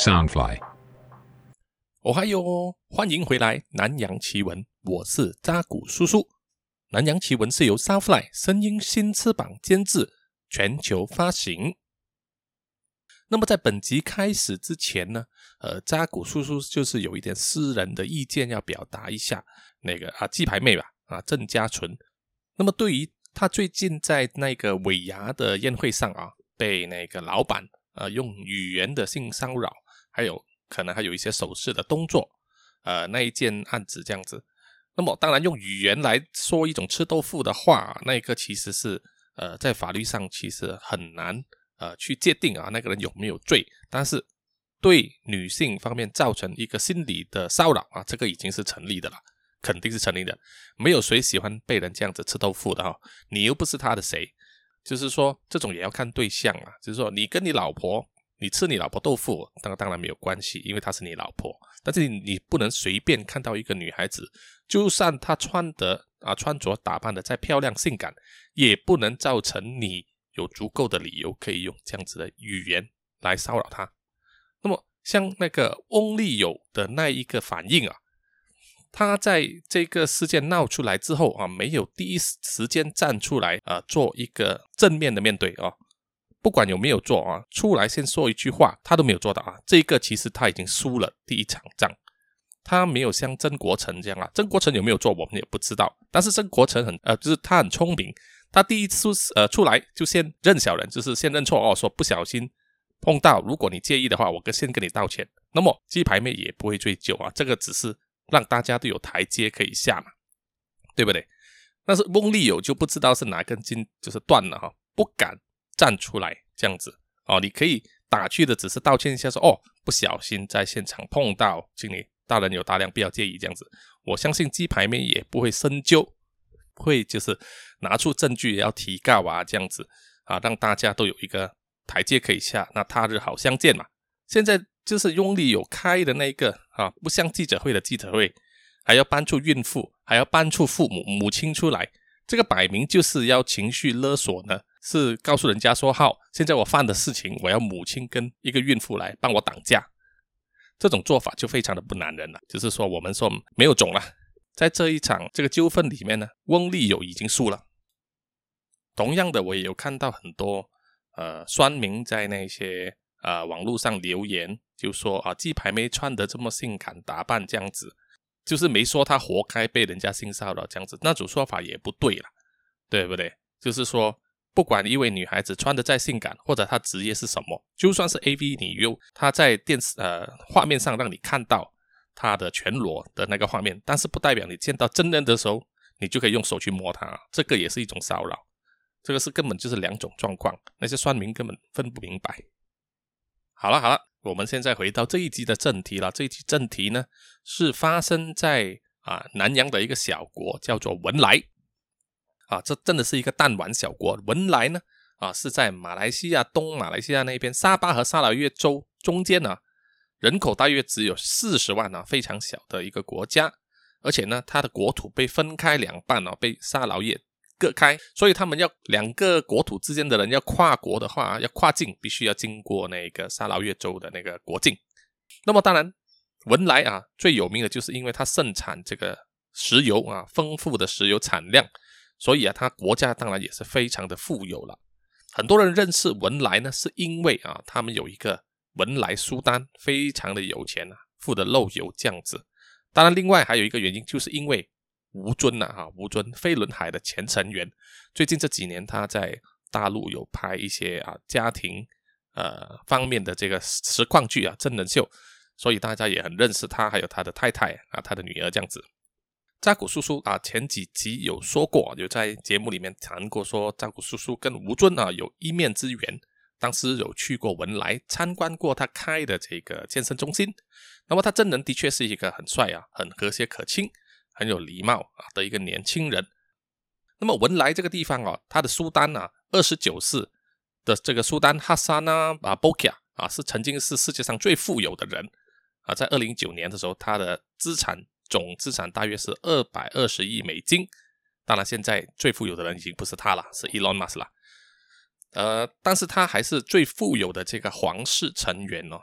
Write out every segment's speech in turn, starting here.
Soundfly。 哦嗨哟，欢迎回来南洋奇闻，我是扎古叔叔。南洋奇闻是由 Soundfly 声音新翅膀监制，全球发行。那么在本集开始之前呢，扎古叔叔就是有一点私人的意见要表达一下。鸡排妹吧，郑家纯。那么对于他最近在那个尾牙的宴会上被那个老板用语言的性骚扰，可能还有一些手势的动作，那一件案子这样子。那么当然用语言来说一种吃豆腐的话，那个其实是在法律上其实很难去界定那个人有没有罪，但是对女性方面造成一个心理的骚扰这个已经是成立的了，肯定是成立的。没有谁喜欢被人这样子吃豆腐的你又不是他的谁。就是说这种也要看对象就是说你跟你老婆，你吃你老婆豆腐当然没有关系，因为她是你老婆。但是你不能随便看到一个女孩子，就算她穿着打扮的再漂亮性感，也不能造成你有足够的理由可以用这样子的语言来骚扰她。那么像那个翁立友的那一个反应他在这个事件闹出来之后没有第一时间站出来做一个正面的面对不管有没有做出来先说一句话，他都没有做到这个其实他已经输了第一场仗。他没有像曾国成这样曾国成有没有做我们也不知道，但是曾国成就是他很聪明，他第一次出来就先认小人，就是先认错说不小心碰到，如果你介意的话，我先跟你道歉。那么鸡排妹也不会追究这个只是让大家都有台阶可以下嘛，对不对？但是翁立友就不知道是哪根筋就是断了不敢站出来这样子你可以打趣的只是道歉一下说不小心在现场碰到，请你大人有大量，不要介意这样子。我相信鸡排妹也不会深究，会就是拿出证据要提告这样子让大家都有一个台阶可以下，那他日好相见嘛。现在就是翁立友开的那个不像记者会的记者会，还要搬出孕妇，还要搬出母亲出来，这个摆明就是要情绪勒索呢，是告诉人家说现在我犯的事情，我要母亲跟一个孕妇来帮我挡架。这种做法就非常的不男人了，就是说我们说没有种了。在这一场这个纠纷里面呢，翁立友已经输了。同样的，我也有看到很多酸民在那些网络上留言，就说鸡排妹穿得这么性感打扮这样子，就是没说她活该被人家性骚扰这样子，那种说法也不对啦，对不对？就是说不管一位女孩子穿得再性感，或者她职业是什么，就算是 AV 女优，她在电视画面上让你看到她的全裸的那个画面，但是不代表你见到真人的时候你就可以用手去摸她这个也是一种骚扰。这个是根本就是两种状况，那些酸民根本分不明白。好了，我们现在回到这一集的正题了。这一集正题呢是发生在南洋的一个小国叫做文莱这真的是一个弹丸小国。文莱呢是在马来西亚东马来西亚那边沙巴和沙劳越州中间人口大约只有40万非常小的一个国家。而且呢它的国土被分开两半被沙劳越各开，所以他们要两个国土之间的人要跨国的话，要跨境必须要经过那个沙劳越州的那个国境。那么当然文莱最有名的就是因为它盛产这个石油丰富的石油产量，所以它国家当然也是非常的富有了。很多人认识文莱呢是因为他们有一个文莱苏丹，非常的有钱富得漏油这样子。当然另外还有一个原因，就是因为吴尊吴尊飞轮海的前成员，最近这几年他在大陆有拍一些家庭方面的这个实况剧真人秀，所以大家也很认识他，还有他的太太他的女儿这样子。扎古叔叔前几集有说过，有在节目里面谈过说扎古叔叔跟吴尊有一面之缘，当时有去过文莱参观过他开的这个健身中心。那么他真人的确是一个很帅很和谐可亲，很有礼貌的一个年轻人。那么文莱这个地方他的苏丹29世的这个苏丹哈萨纳波卡是曾经是世界上最富有的人在2019年的时候，他的总资产大约是220亿美金。当然现在最富有的人已经不是他了，是 Elon Musk 了。但是他还是最富有的这个皇室成员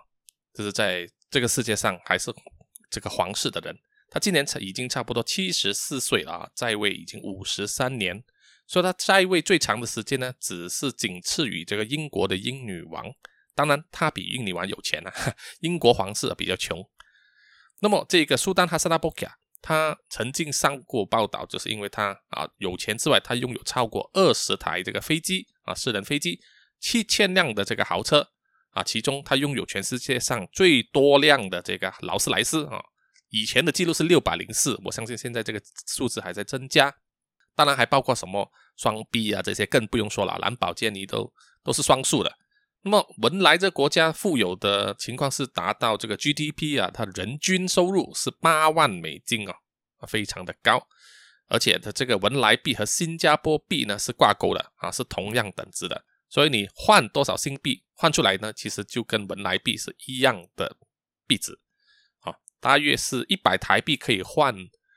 就是在这个世界上还是这个皇室的人。他今年已经差不多74岁了啊，在位已经53年，所以他在位最长的时间呢，只是仅次于这个英国的英女王。当然他比英女王有钱啊，英国皇室比较穷。那么这个苏丹哈萨纳博卡，他曾经上过报道，就是因为他有钱之外，他拥有超过20台这个飞机啊，私人飞机，7000辆的这个豪车啊，其中他拥有全世界上最多辆的这个劳斯莱斯啊，以前的记录是604，我相信现在这个数字还在增加。当然还包括什么双 B 啊，这些更不用说了，兰博基尼都是双数的。那么文莱这国家富有的情况是达到这个 GDP 啊，它人均收入是8万美金哦，非常的高。而且它这个文莱币和新加坡币呢是挂钩的啊，是同样等值的。所以你换多少新币换出来呢，其实就跟文莱币是一样的币值啊，大约是100台币可以换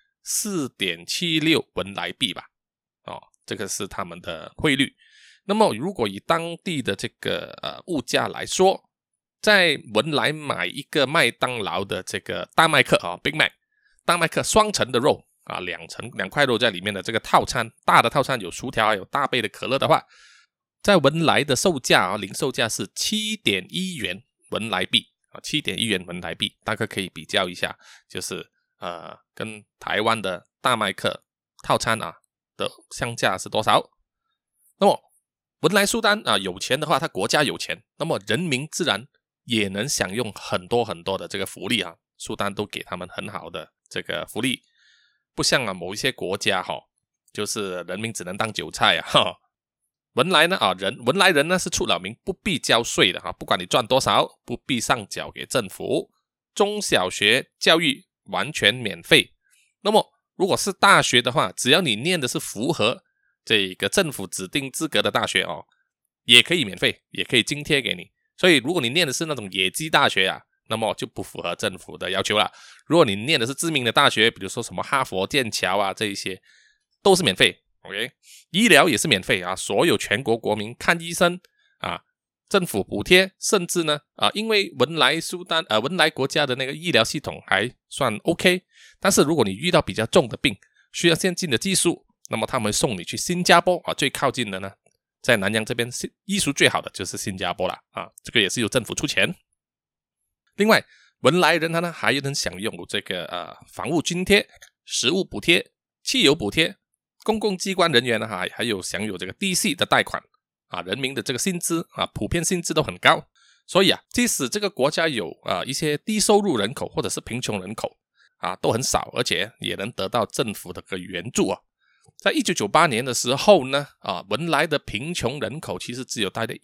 4.76 文莱币吧。这个是他们的汇率。那么如果以当地的这个物价来说，在文莱买一个麦当劳的这个大麦克Big Mac 大麦克双层的肉啊，2块肉在里面的这个套餐，大的套餐有薯条还有大杯的可乐的话，在文莱的售价零售价是 7.1 元文莱币啊，7.1元文莱币，大概可以比较一下，就是跟台湾的大麦克套餐的相价是多少。那么文莱苏丹有钱的话，他国家有钱，那么人民自然也能享用很多很多的这个福利啊，苏丹都给他们很好的这个福利，不像某一些国家就是人民只能当韭菜文莱呢文莱人呢是出了名不必交税的不管你赚多少，不必上缴给政府，中小学教育完全免费。那么如果是大学的话，只要你念的是符合这个政府指定资格的大学也可以免费，也可以津贴给你。所以如果你念的是那种野鸡大学那么就不符合政府的要求了。如果你念的是知名的大学，比如说什么哈佛、剑桥这一些都是免费。OK， 医疗也是免费所有全国国民看医生政府补贴，甚至呢因为文莱国家的那个医疗系统还算 OK， 但是如果你遇到比较重的病，需要先进的技术，那么他们会送你去新加坡最靠近的呢，在南洋这边医术最好的就是新加坡了这个也是由政府出钱。另外文莱人他呢还能享用这个房屋津贴、食物补贴、汽油补贴，公共机关人员呢还有享有这个低息的贷款人民的这个薪资普遍薪资都很高。所以即使这个国家有一些低收入人口或者是贫穷人口都很少，而且也能得到政府的个援助在1998年的时候呢文莱的贫穷人口其实只有大概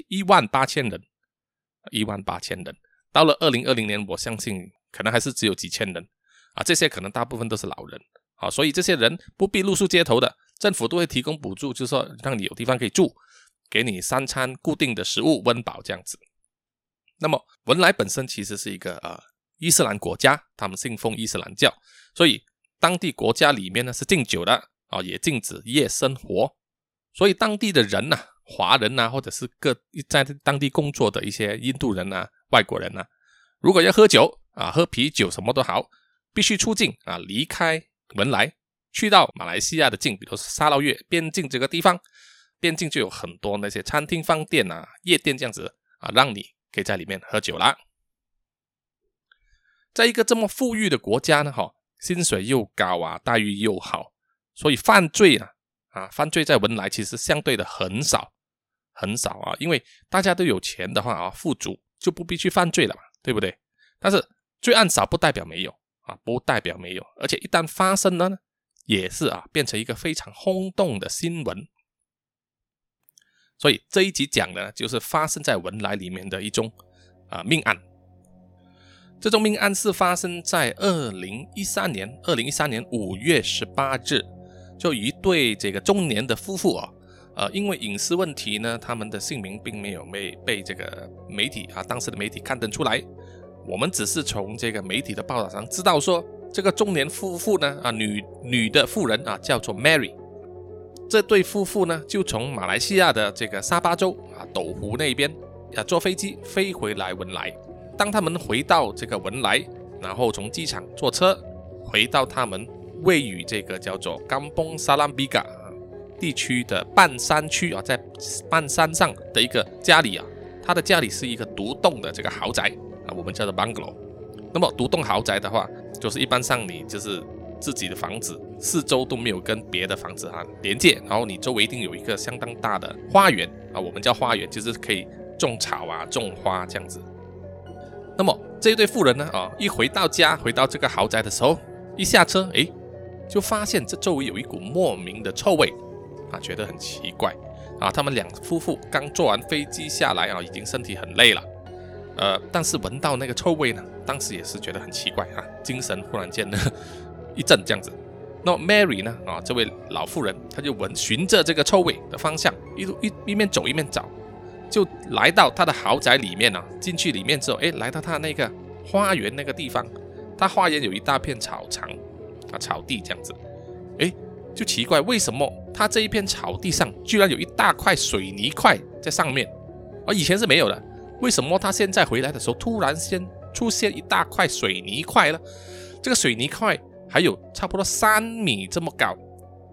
18000人，18000人。到了2020年，我相信可能还是只有几千人这些可能大部分都是老人所以这些人不必露宿街头的，政府都会提供补助，就是说让你有地方可以住，给你3餐固定的食物，温饱这样子。那么文莱本身其实是一个伊斯兰国家，他们信奉伊斯兰教，所以当地国家里面呢是禁酒的也禁止夜生活。所以当地的人华人或者是在当地工作的一些印度人外国人如果要喝酒喝啤酒什么都好，必须出境离开文莱，去到马来西亚的境，比如沙捞越边境这个地方，边境就有很多那些餐厅、饭店夜店这样子让你可以在里面喝酒啦。在一个这么富裕的国家呢薪水又高待遇又好，所以犯罪在文莱其实相对的很少因为大家都有钱的话富足就不必去犯罪了嘛，对不对？但是罪案少不代表没有而且一旦发生了呢，也是变成一个非常轰动的新闻。所以这一集讲的就是发生在文莱里面的一宗命案。这宗命案是发生在2013年5月18日，就一对这个中年的夫妇因为隐私问题呢，他们的姓名并没有被这个媒体当时的媒体刊登出来。我们只是从这个媒体的报道上知道说，这个中年夫妇呢女的妇人叫做 Mary。 这对夫妇呢就从马来西亚的这个沙巴州斗湖那边坐飞机飞回来文莱。 当他们回到这个文莱，然后从机场坐车回到他们位于这个叫做Kampung Salambiga地区的半山区在半山上的一个家里他的家里是一个独栋的这个豪宅我们叫做 bungalow。那么独栋豪宅的话，就是一般上你就是自己的房子，四周都没有跟别的房子连接，然后你周围一定有一个相当大的花园我们叫花园，就是可以种草种花这样子。那么这一对妇人呢一回到家，回到这个豪宅的时候，一下车就发现这周围有一股莫名的臭味觉得很奇怪他们两夫妇刚坐完飞机下来已经身体很累了但是闻到那个臭味呢，当时也是觉得很奇怪精神忽然间呢一阵这样子。那 Mary 呢这位老妇人，她就循着这个臭味的方向一面走一面找，就来到她的豪宅里面进去里面之后来到她那个花园那个地方，她花园有一大片草场草地这样子就奇怪，为什么他这一片草地上居然有一大块水泥块在上面以前是没有的，为什么他现在回来的时候突然间出现一大块水泥块呢？这个水泥块还有差不多3米这么高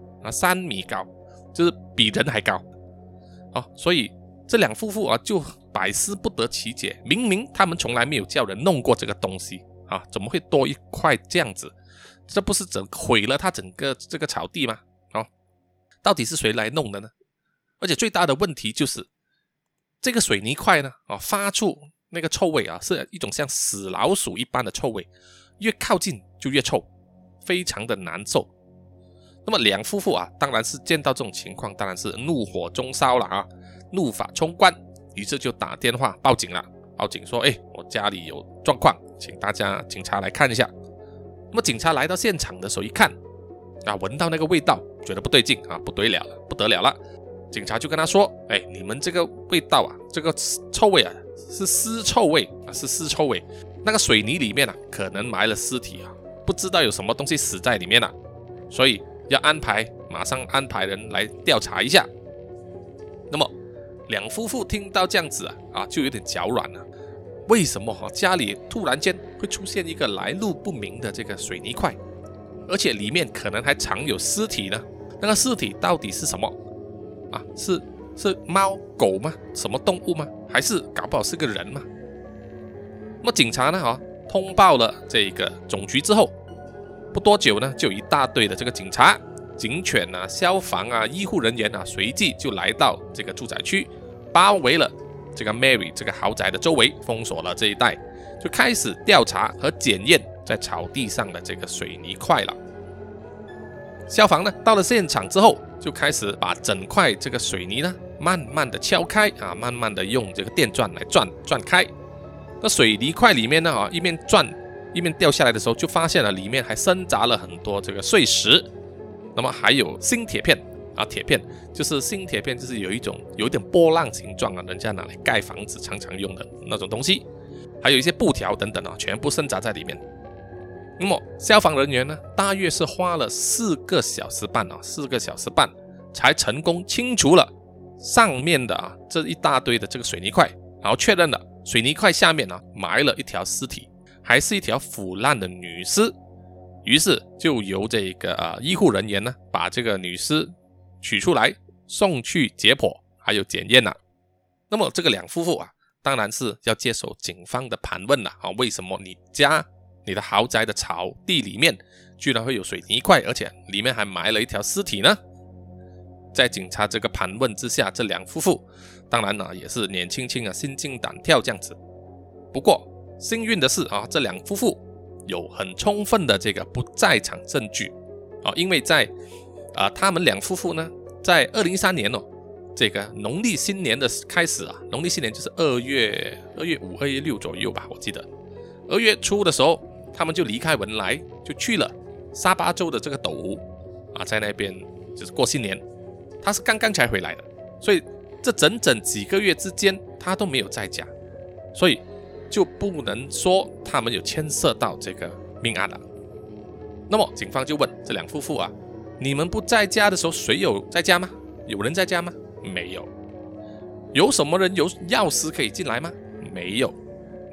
3米高，就是比人还高所以这两夫妇就百思不得其解，明明他们从来没有叫人弄过这个东西怎么会多一块这样子？这不是毁了他整个这个草地吗？到底是谁来弄的呢？而且最大的问题就是这个水泥块呢发出那个臭味是一种像死老鼠一般的臭味，越靠近就越臭，非常的难受。那么两夫妇当然是见到这种情况，当然是怒火中烧了怒发冲冠，于是就打电话报警了。报警说我家里有状况，请警察来看一下。那么警察来到现场的时候一看闻到那个味道，觉得不对劲不得了了。警察就跟他说你们这个味道这个臭味是尸臭味是尸臭味，那个水泥里面可能埋了尸体不知道有什么东西死在里面所以要马上安排人来调查一下。那么两夫妇听到这样子就有点脚软了。为什么家里突然间会出现一个来路不明的这个水泥块，而且里面可能还藏有尸体呢？那个尸体到底是什么是猫狗吗？什么动物吗？还是搞不好是个人吗？那么警察呢通报了这个总局之后，不多久呢就有一大堆的这个警察、警犬消防医护人员随即就来到这个住宅区，包围了这个 Mary 这个豪宅的周围，封锁了这一带，就开始调查和检验在草地上的这个水泥块了。消防呢到了现场之后，就开始把整块这个水泥呢慢慢的敲开慢慢的用这个电钻来转开。那水泥块里面呢一面转一面掉下来的时候，就发现了里面还生杂了很多这个碎石，那么还有锌铁片铁片就是锌铁片，就是有一点波浪形状人家拿来盖房子常常用的那种东西，还有一些布条等等全部生杂在里面。那么消防人员呢大约是花了4个小时半才成功清除了上面的这一大堆的这个水泥块，然后确认了水泥块下面埋了一条尸体，还是一条腐烂的女尸。于是就由这个医护人员呢把这个女尸取出来送去解剖还有检验那么这个两夫妇当然是要接受警方的盘问了为什么你的豪宅的草地里面居然会有水泥块，而且里面还埋了一条尸体呢？在警察这个盘问之下，这两夫妇当然也是年轻心惊胆跳这样子。不过幸运的是这两夫妇有很充分的这个不在场证据因为在他们两夫妇呢在2013年这个农历新年的开始农历新年就是2月5、2月6左右吧，我记得2月初的时候，他们就离开文莱，就去了沙巴州的这个斗湖在那边就是过新年。他是刚刚才回来的，所以这整几个月之间他都没有在家，所以就不能说他们有牵涉到这个命案了。那么警方就问这两夫妇你们不在家的时候谁有在家吗？有人在家吗？没有。有什么人有钥匙可以进来吗？没有。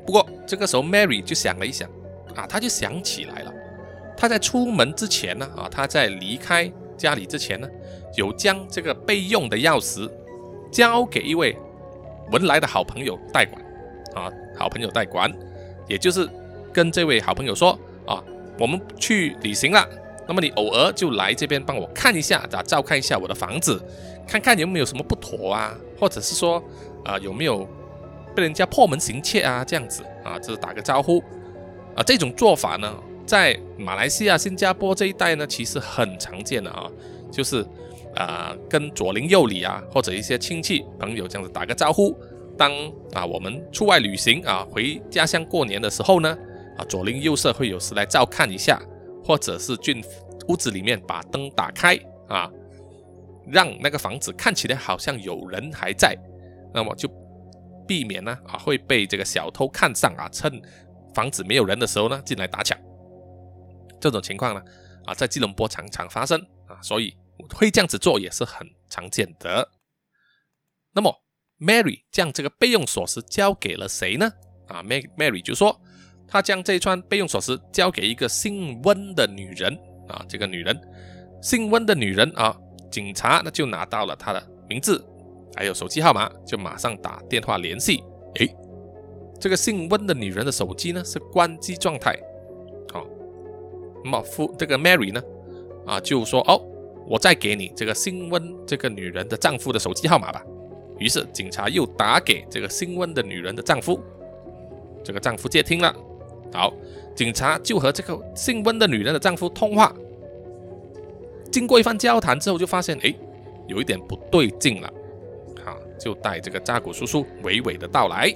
不过这个时候 Mary 就想了一想他就想起来了，他在出门之前呢他在离开家里之前呢，有将这个备用的钥匙交给一位文莱的好朋友代管好朋友代管，也就是跟这位好朋友说我们去旅行了，那么你偶尔就来这边帮我看一下照看一下我的房子，看看有没有什么不妥或者是说有没有被人家破门行窃这样子就是打个招呼这种做法呢，在马来西亚、新加坡这一带呢，其实很常见的就是跟左邻右里或者一些亲戚朋友这样子打个招呼。当我们出外旅行回家乡过年的时候呢左邻右舍会有时来照看一下，或者是进屋子里面把灯打开让那个房子看起来好像有人还在，那么就避免会被这个小偷看上趁房子没有人的时候呢进来打抢。这种情况呢在吉隆坡常常发生所以会这样子做也是很常见的。那么 Mary 将这个备用锁匙交给了谁呢？Mary 就说她将这一串备用锁匙交给一个姓温的女人这个女人姓温的女人警察就拿到了她的名字还有手机号码，就马上打电话联系。这个姓温的女人的手机呢是关机状态那么这个 Mary 呢就说我再给你这个姓温这个女人的丈夫的手机号码吧。于是警察又打给这个姓温的女人的丈夫，这个丈夫接听了。好，警察就和这个姓温的女人的丈夫通话。经过一番交谈之后，就发现有一点不对劲了就带这个扎古叔叔娓娓的道来。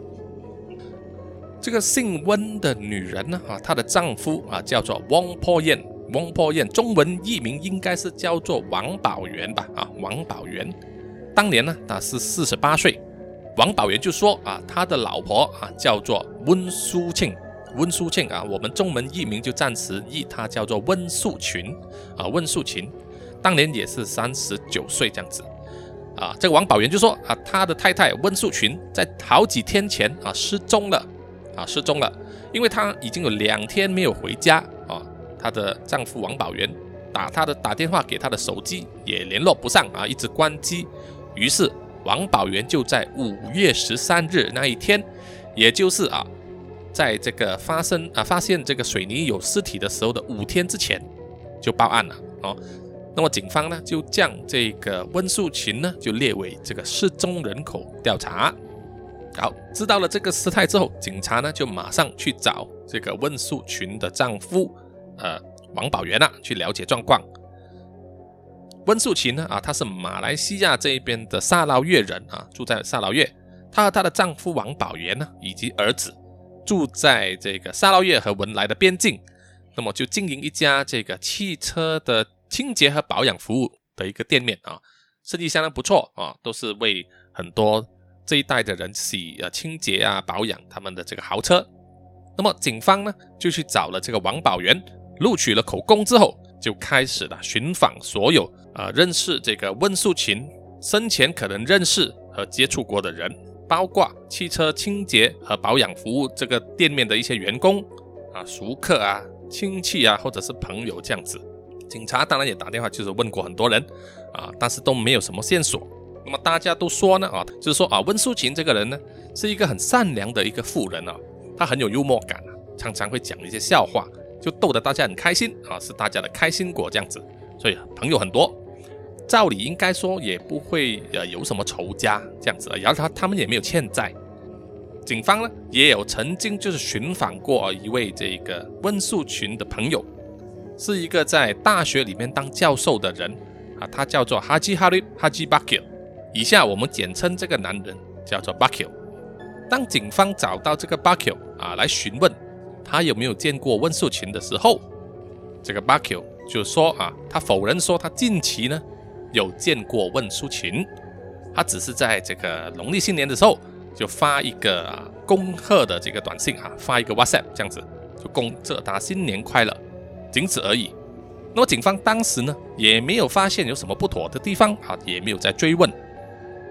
这个姓温的女人呢她的丈夫叫做汪破燕，中文译名应该是叫做王宝元吧王宝元。当年呢他是48岁。王宝元就说他的老婆叫做温淑庆，我们中文译名就暂时译她叫做温素群当年也是39岁这样子这个王宝元就说他的太太温素群在好几天前失踪了，因为她已经有2天没有回家她的丈夫王宝元打电话给她的手机也联络不上一直关机。于是王宝元就在5月13日那一天，也就是在这个发现这个水泥有尸体的时候的5天之前就报案了那么警方呢就将这个温素群呢就列为这个失踪人口调查。好，知道了这个事态之后，警察呢就马上去找这个温素群的丈夫王宝元去了解状况。温素群呢她是马来西亚这一边的沙捞越人住在沙捞越。她和她的丈夫王宝元呢以及儿子住在这个沙捞越和文莱的边境，那么就经营一家这个汽车的清洁和保养服务的一个店面生意相当不错都是为很多这一代的人清洁保养他们的这个豪车。那么警方呢就去找了这个王宝元，录取了口供之后，就开始了寻访所有认识这个温素群生前可能认识和接触过的人，包括汽车清洁和保养服务这个店面的一些员工熟客亲戚或者是朋友这样子。警察当然也打电话就是问过很多人但是都没有什么线索。那么大家都说呢就是说温素群这个人呢是一个很善良的一个妇人他很有幽默感常常会讲一些笑话，就逗得大家很开心是大家的开心果这样子，所以朋友很多。照理应该说也不会有什么仇家这样子然后他们也没有欠债。警方呢也有曾经就是寻访过一位这个温素群的朋友，是一个在大学里面当教授的人他叫做 Haji Harib Haji Bakil， 以下我们简称这个男人叫做 Bakil。 当警方找到这个 Bakil来询问他有没有见过温素群的时候，这个 Bakil 就说他否认说他近期呢有见过温素群，他只是在这个农历新年的时候就发一个恭贺的这个短信发一个 WhatsApp 这样子，就恭祝他新年快乐，仅此而已。那么警方当时呢也没有发现有什么不妥的地方也没有再追问。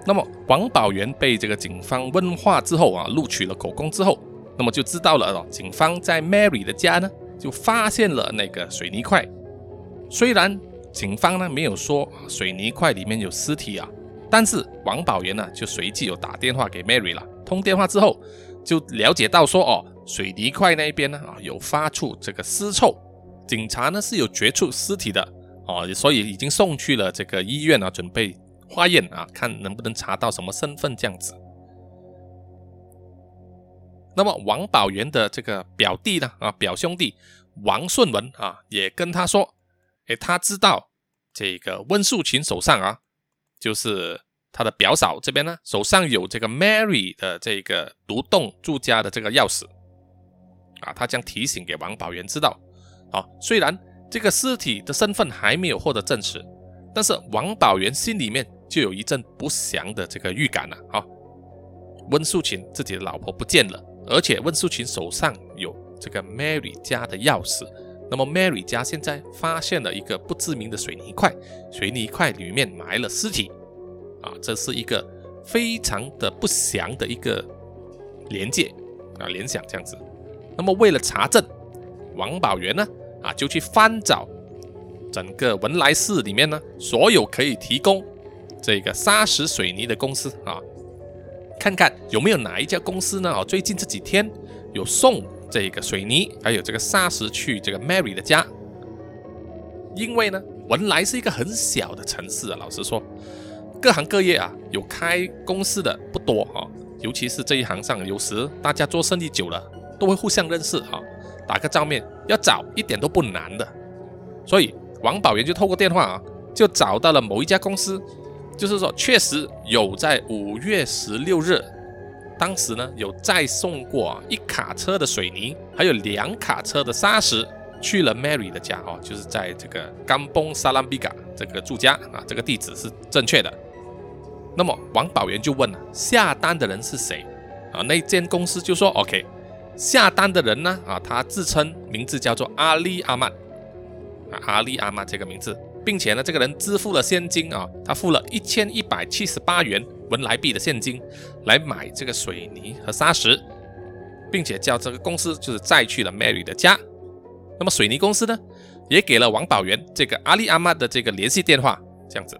那么王宝元被这个警方问话之后啊，录取了口供之后，那么就知道了警方在 Mary 的家呢就发现了那个水泥块。虽然警方呢没有说水泥块里面有尸体啊，但是王宝元呢就随即有打电话给 Mary 了。通电话之后就了解到说水泥块那边呢有发出这个尸臭，警察呢是有掘出尸体的所以已经送去了这个医院啊，准备化验啊，看能不能查到什么身份这样子。那么王宝元的这个表弟呢表兄弟王顺文也跟他说，他知道这个温树群手上就是他的表嫂这边呢手上有这个 Mary 的这个独栋住家的这个钥匙他将提醒给王宝元知道虽然这个尸体的身份还没有获得证实，但是王宝元心里面就有一阵不祥的这个预感了温树群自己的老婆不见了，而且温树群手上有这个 Mary 家的钥匙，那么 Mary 家现在发现了一个不知名的水泥块，水泥块里面埋了尸体这是一个非常的不祥的一个联想这样子。那么为了查证，王宝元呢就去翻找整个文莱市里面呢所有可以提供这个砂石水泥的公司看看有没有哪一家公司呢最近这几天有送这个水泥还有这个砂石去这个 Mary 的家。因为呢文莱是一个很小的城市老实说各行各业有开公司的不多尤其是这一行上，有时大家做生意久了都会互相认识打个照面要找一点都不难的。所以王宝元就透过电话就找到了某一家公司，就是说确实有在5月16日当时呢有再送过1卡车的水泥还有2卡车的砂石去了 Mary 的家就是在这个甘崩萨兰比嘎这个住家这个地址是正确的。那么王宝元就问下单的人是谁那间公司就说 OK， 下单的人呢他自称名字叫做阿里阿曼阿里阿曼这个名字，并且呢这个人支付了现金他付了1178元文莱币的现金来买这个水泥和砂石，并且叫这个公司就是载去了 Mary 的家。那么水泥公司呢也给了王宝元这个阿里阿曼的这个联系电话这样子。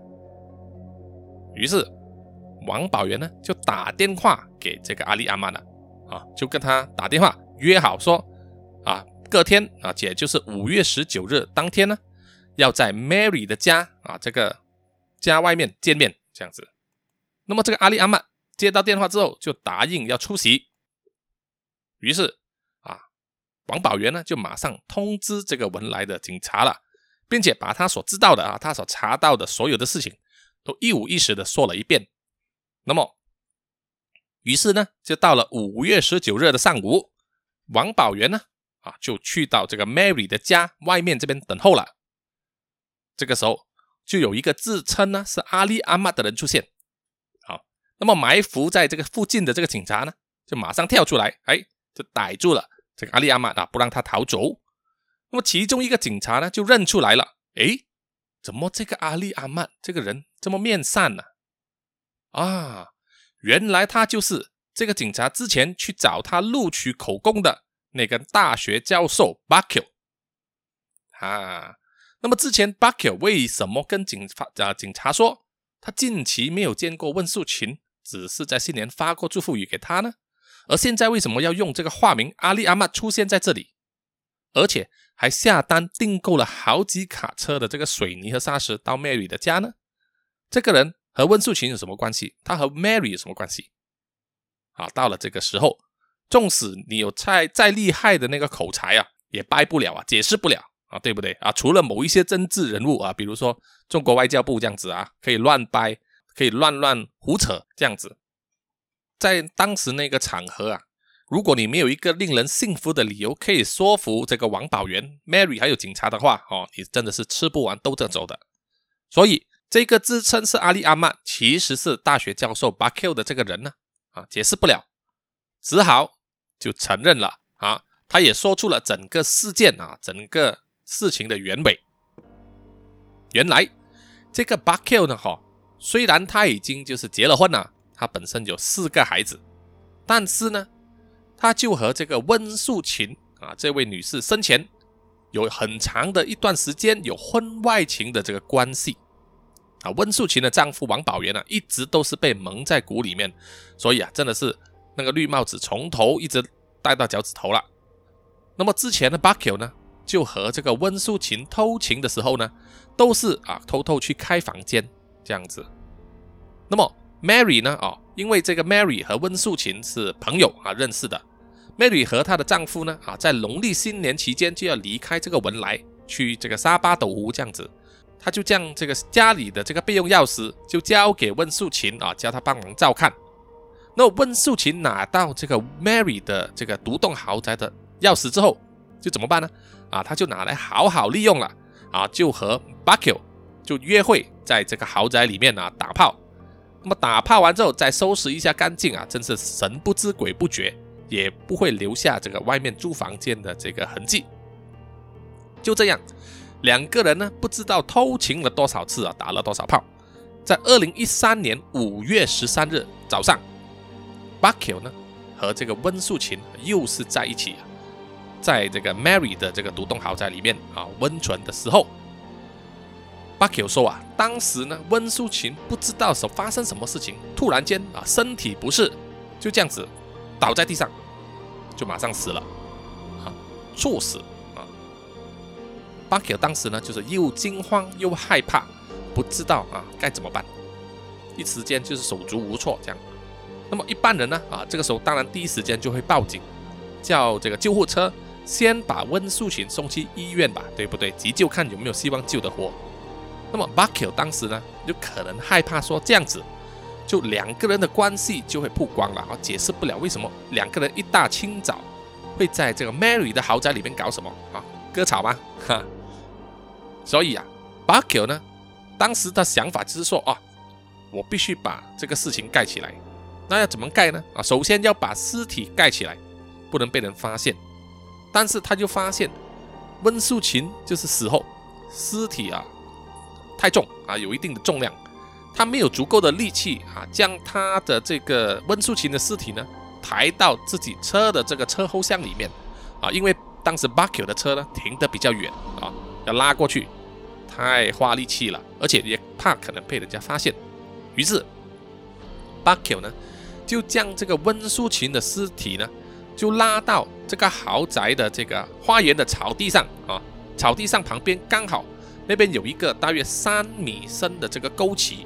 于是王宝元呢就打电话给这个阿里阿曼了就跟他打电话约好说隔天也就是5月19日当天呢要在 Mary 的家这个家外面见面这样子。那么这个阿里阿曼接到电话之后就答应要出席，于是王宝元呢就马上通知这个文莱的警察了，并且把他所知道的他所查到的所有的事情都一五一十的说了一遍。那么于是呢就到了5月19日的上午，王宝元呢就去到这个 Mary 的家外面这边等候了。这个时候就有一个自称呢是阿里阿曼的人出现那么埋伏在这个附近的这个警察呢就马上跳出来就逮住了这个阿里阿曼不让他逃走。那么其中一个警察呢就认出来了，怎么这个阿里阿曼这个人这么面善呢原来他就是这个警察之前去找他录取口供的那个大学教授 Bakio 那么之前 Bakio 为什么跟警察说他近期没有见过温树群，只是在新年发过祝福语给他呢？而现在为什么要用这个化名阿里阿曼出现在这里，而且还下单订购了好几卡车的这个水泥和砂石到 Mary 的家呢？这个人和温树群有什么关系？他和 Mary 有什么关系？到了这个时候，纵使你有再厉害的那个口才也掰不了解释不了对不对除了某一些政治人物比如说中国外交部这样子可以乱掰，可以乱胡扯这样子。在当时那个场合如果你没有一个令人信服的理由可以说服这个王宝元 Mary 还有警察的话你真的是吃不完兜着走的。所以这个自称是阿里阿曼其实是大学教授 Bakio 的这个人呢解释不了，只好就承认了他也说出了整个事件整个事情的原委。原来这个 Bakio 呢虽然他已经就是结了婚了，他本身有4个孩子，但是呢，他就和这个温素琴这位女士生前有很长的一段时间有婚外情的这个关系温素琴的丈夫王宝元一直都是被蒙在鼓里面，所以真的是那个绿帽子从头一直戴到脚趾头了。那么之前的 Buckle 呢，就和这个温素琴偷情的时候呢，都是偷偷去开房间这样子。那么 Mary 呢因为这个 Mary 和温素琴是朋友认识的， Mary 和她的丈夫呢在农历新年期间就要离开这个文莱，去这个沙巴斗湖这样子。他就将这个家里的这个备用钥匙就交给温素琴叫他帮忙照看。那温素琴拿到这个 Mary 的这个独栋豪宅的钥匙之后，就怎么办呢？他就拿来好好利用了就和 Buckle 就约会在这个豪宅里面打炮。那么打炮完之后再收拾一下干净真是神不知鬼不觉，也不会留下这个外面租房间的这个痕迹。就这样，2个人呢不知道偷情了多少次打了多少炮。在2013年5月13日早上， Buckle 呢和这个温素琴又是在一起在这个 Mary 的这个独栋豪宅里面温存的时候， Buckle 说当时呢温素琴不知道发生什么事情，突然间身体不适，就这样子倒在地上，就马上死了猝死。Buckle 当时呢就是又惊慌又害怕，不知道该怎么办，一时间就是手足无措这样。那么一般人呢这个时候当然第一时间就会报警，叫这个救护车先把温素琴送去医院吧，对不对？急救看有没有希望救得活。那么 Buckle 当时呢就可能害怕说这样子就2个人的关系就会曝光了解释不了为什么2个人一大清早会在这个 Mary 的豪宅里面搞什么割草吗？所以Buckle 呢当时的想法就是说我必须把这个事情盖起来。那要怎么盖呢？首先要把尸体盖起来，不能被人发现。但是他就发现温素琴就是死后尸体太重有一定的重量，他没有足够的力气将他的这个温素琴的尸体呢抬到自己车的这个车后箱里面因为当时 Buckle 的车呢停得比较远要拉过去太花力气了，而且也怕可能被人家发现。于是 Buckle 呢就将这个温素琴的尸体呢就拉到这个豪宅的这个花园的草地上草地上旁边刚好那边有一个大约3米深的这个沟渠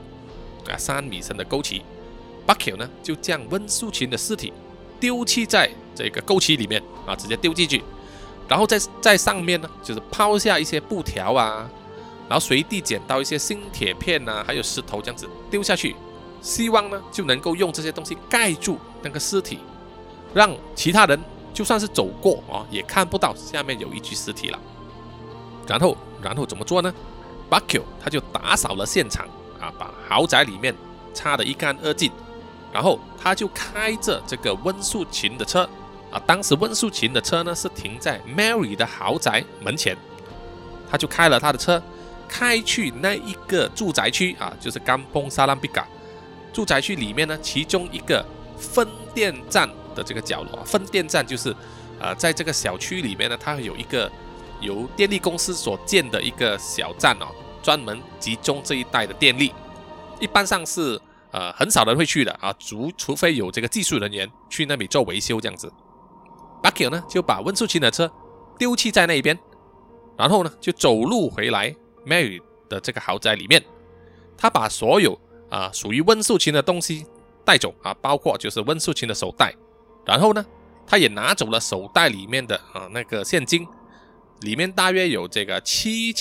3米深的沟渠。 Buckle 呢就将温素琴的尸体丢弃在这个沟渠里面直接丢进去，然后在上面呢就是抛下一些布条然后随地捡到一些新铁片还有石头这样子丢下去，希望呢就能够用这些东西盖住那个尸体，让其他人就算是走过也看不到下面有一具尸体了。然后怎么做呢？ Buckle 他就打扫了现场把豪宅里面擦得一干二净，然后他就开着这个温素琴的车当时温素琴的车呢是停在 Mary 的豪宅门前，他就开了他的车开去那一个住宅区就是Kampung Salambika住宅区里面呢其中一个分电站的这个角落。分电站就是在这个小区里面呢，它有一个由电力公司所建的一个小站专门集中这一带的电力，一般上是很少人会去的除非有这个技术人员去那里做维修这样子。Buckle 呢就把温素琴的车丢弃在那一边，然后呢就走路回来 Mary 的这个豪宅里面。他把所有属于温素琴的东西带走包括就是温素琴的手袋，然后呢他也拿走了手袋里面的那个现金，里面大约有这个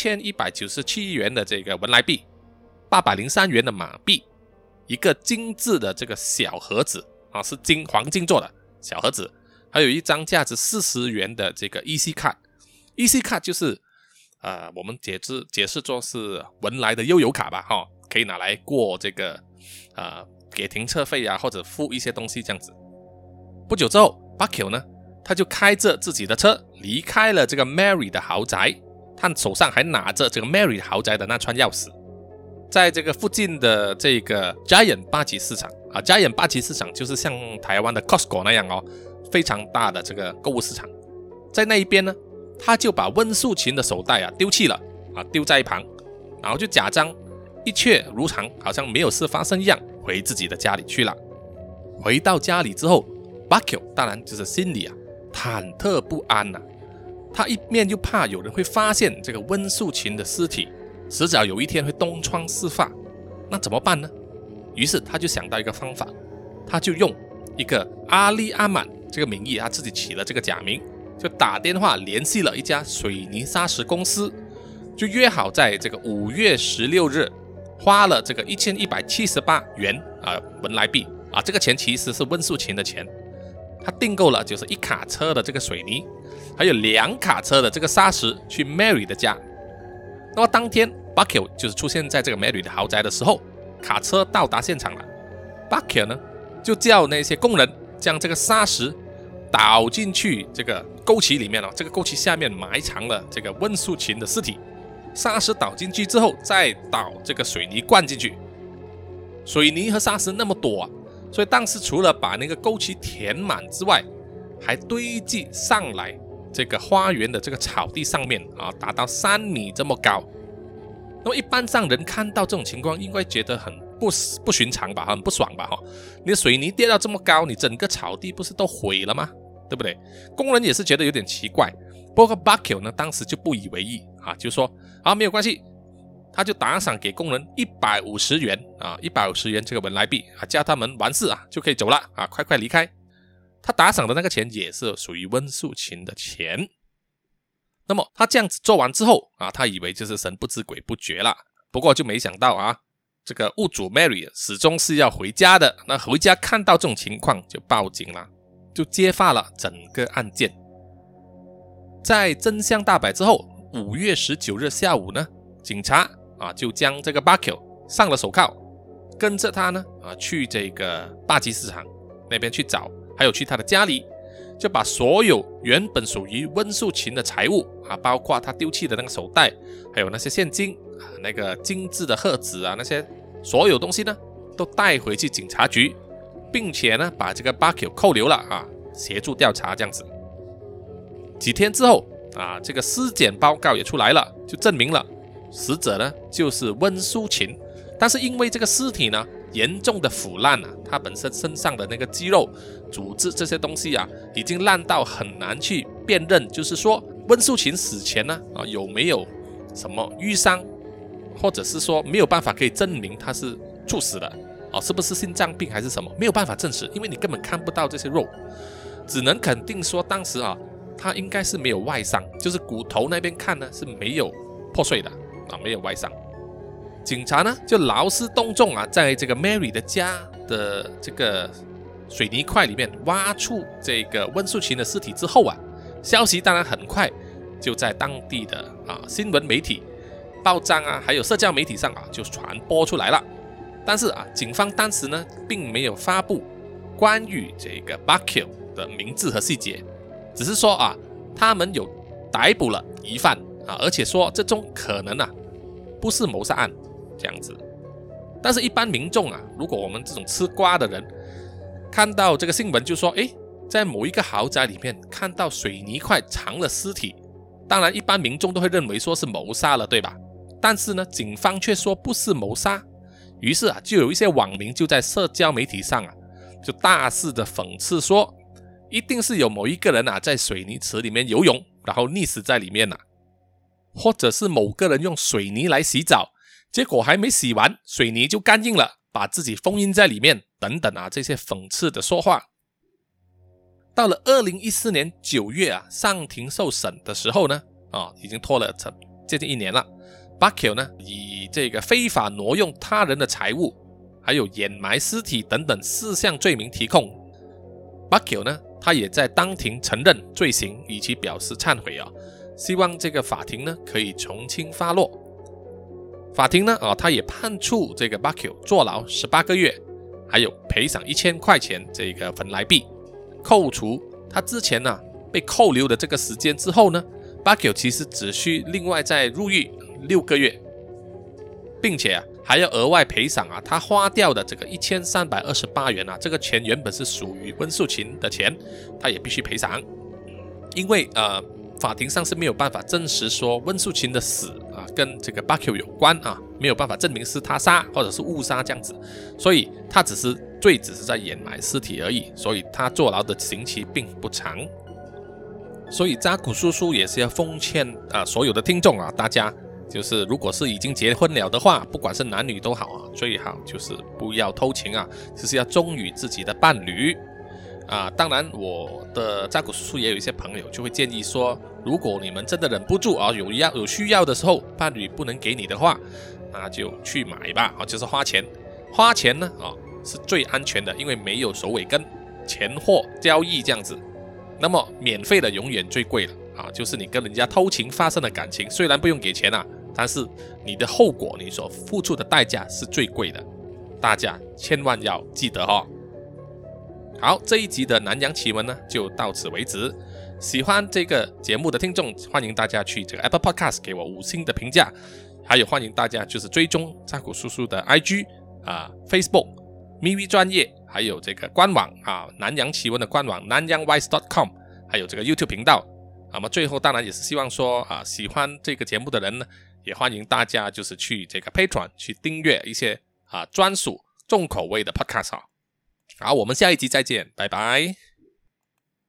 7197元的这个文莱币，803元的马币，一个精致的这个小盒子是黄金做的小盒子，还有一张价值40元的这个 EC Card。EC Card 就是我们解释作是文莱的悠游卡吧可以拿来过这个给停车费或者付一些东西这样子。不久之后 Buckle 呢他就开着自己的车离开了这个 Mary 的豪宅，他手上还拿着这个 Mary 豪宅的那串钥匙。 在这个附近的这个 Giant 八级市场啊 ，Giant 八级市场就是像台湾的 Costco 那样哦，非常大的这个购物市场。在那一边呢，他就把温素琴的手袋丢弃了丢在一旁，然后就假装一切如常，好像没有事发生一样，回自己的家里去了。回到家里之后 ，Bakio 当然就是心里忐忑不安他一面又怕有人会发现这个温素琴的尸体，迟早有一天会东窗事发，那怎么办呢？于是他就想到一个方法，他就用一个阿利阿满这个名义，他自己起了这个假名，就打电话联系了一家水泥砂石公司，就约好在这个5月16日花了这个1178元文莱币这个钱其实是温素琴的钱。他订购了就是1卡车的这个水泥，还有2卡车的这个砂石去 Mary 的家。那么当天 Bakio 就是出现在这个 Mary 的豪宅的时候，卡车到达现场了。Bakio 呢就叫那些工人将这个砂石倒进去这个沟渠里面这个沟渠下面埋藏了这个温素琴的尸体。砂石倒进去之后，再倒这个水泥灌进去。水泥和砂石那么多所以当时除了把那个沟渠填满之外，还堆积上来这个花园的这个草地上面达到3米这么高。那么一般上人看到这种情况，应该觉得很不寻常吧，很不爽吧你的水泥跌到这么高，你整个草地不是都毁了吗？对不对？工人也是觉得有点奇怪。不过 Bakio 呢当时就不以为意就说没有关系，他就打赏给工人150元150元这个文莱币叫他们完事就可以走了快快离开。他打赏的那个钱也是属于温素琴的钱。那么他这样子做完之后他以为就是神不知鬼不觉了。不过就没想到这个屋主 Mary 始终是要回家的。那回家看到这种情况就报警了，就揭发了整个案件。在真相大白之后，5月19日下午呢，警察就将这个 Bakio 上了手铐，跟着他呢去这个巴基市场那边去找，还有去他的家里，就把所有原本属于温素琴的财物包括他丢弃的那个手袋，还有那些现金那个精致的贺纸那些所有东西呢都带回去警察局，并且呢把这个 Bakio 扣留了协助调查这样子。几天之后这个尸检报告也出来了，就证明了死者呢就是温素琴。但是因为这个尸体呢严重的腐烂它本身身上的那个肌肉组织这些东西已经烂到很难去辨认，就是说温素琴死前呢有没有什么淤伤，或者是说没有办法可以证明他是猝死的是不是心脏病还是什么，没有办法证实，因为你根本看不到这些肉，只能肯定说当时他应该是没有外伤，就是骨头那边看呢是没有破碎的没有外伤。警察呢就劳师动众在这个 Mary 的家的这个水泥块里面挖出这个温素琴的尸体之后消息当然很快就在当地的新闻媒体、报章还有社交媒体上就传播出来了。但是警方当时呢并没有发布关于这个 Bakio 的名字和细节，只是说他们有逮捕了疑犯而且说这种可能不是谋杀案这样子。但是一般民众如果我们这种吃瓜的人看到这个新闻就说在某一个豪宅里面看到水泥块藏了尸体，当然一般民众都会认为说是谋杀了，对吧？但是呢警方却说不是谋杀，于是就有一些网民就在社交媒体上就大肆的讽刺说一定是有某一个人在水泥池里面游泳，然后溺死在里面或者是某个人用水泥来洗澡，结果还没洗完水泥就干硬了，把自己封印在里面等等这些讽刺的说话。到了2014年9月上庭受审的时候呢已经拖了接近1年了。Bakio 呢以这个非法挪用他人的财物还有掩埋尸体等等4项罪名提控。Bakio 呢他也在当庭承认罪行，以及表示忏悔希望这个法庭呢可以从轻发落。法庭呢他也判处这个 Bakio 坐牢18个月，还有赔偿1000块钱这个文莱币。扣除他之前被扣留的这个时间之后呢， Bakio 其实只需另外再入狱6个月，并且还要额外赔偿啊，他花掉的这个1328元啊，这个钱原本是属于温素琴的钱，他也必须赔偿。因为法庭上是没有办法证实说温素琴的死啊跟这个巴 Q 有关啊，没有办法证明是他杀或者是误杀这样子，所以他只是在掩埋尸体而已，所以他坐牢的刑期并不长。所以扎古叔叔也是要奉劝所有的听众啊，大家就是如果是已经结婚了的话，不管是男女都好啊，最好就是不要偷情啊，就是要忠于自己的伴侣。当然我的扎古叔叔也有一些朋友就会建议说，如果你们真的忍不住啊，有需要的时候，伴侣不能给你的话，那就去买吧啊，就是花钱呢是最安全的，因为没有首尾跟钱货交易这样子。那么免费的永远最贵了啊，就是你跟人家偷情发生的感情，虽然不用给钱啊，但是你的后果，你所付出的代价是最贵的，大家千万要记得哦。好，这一集的南洋奇闻呢就到此为止。喜欢这个节目的听众，欢迎大家去这个 Apple Podcast 给我5星的评价，还有欢迎大家就是追踪扎古叔叔的 IG Facebook、MeWe 专页，还有这个官网南洋奇闻的官网nanyangwise.com， 还有这个 YouTube 频道。那么最后当然也是希望说喜欢这个节目的人呢，也欢迎大家就是去这个 Patreon 去订阅一些专属重口味的 Podcast。好，我们下一集再见，拜拜。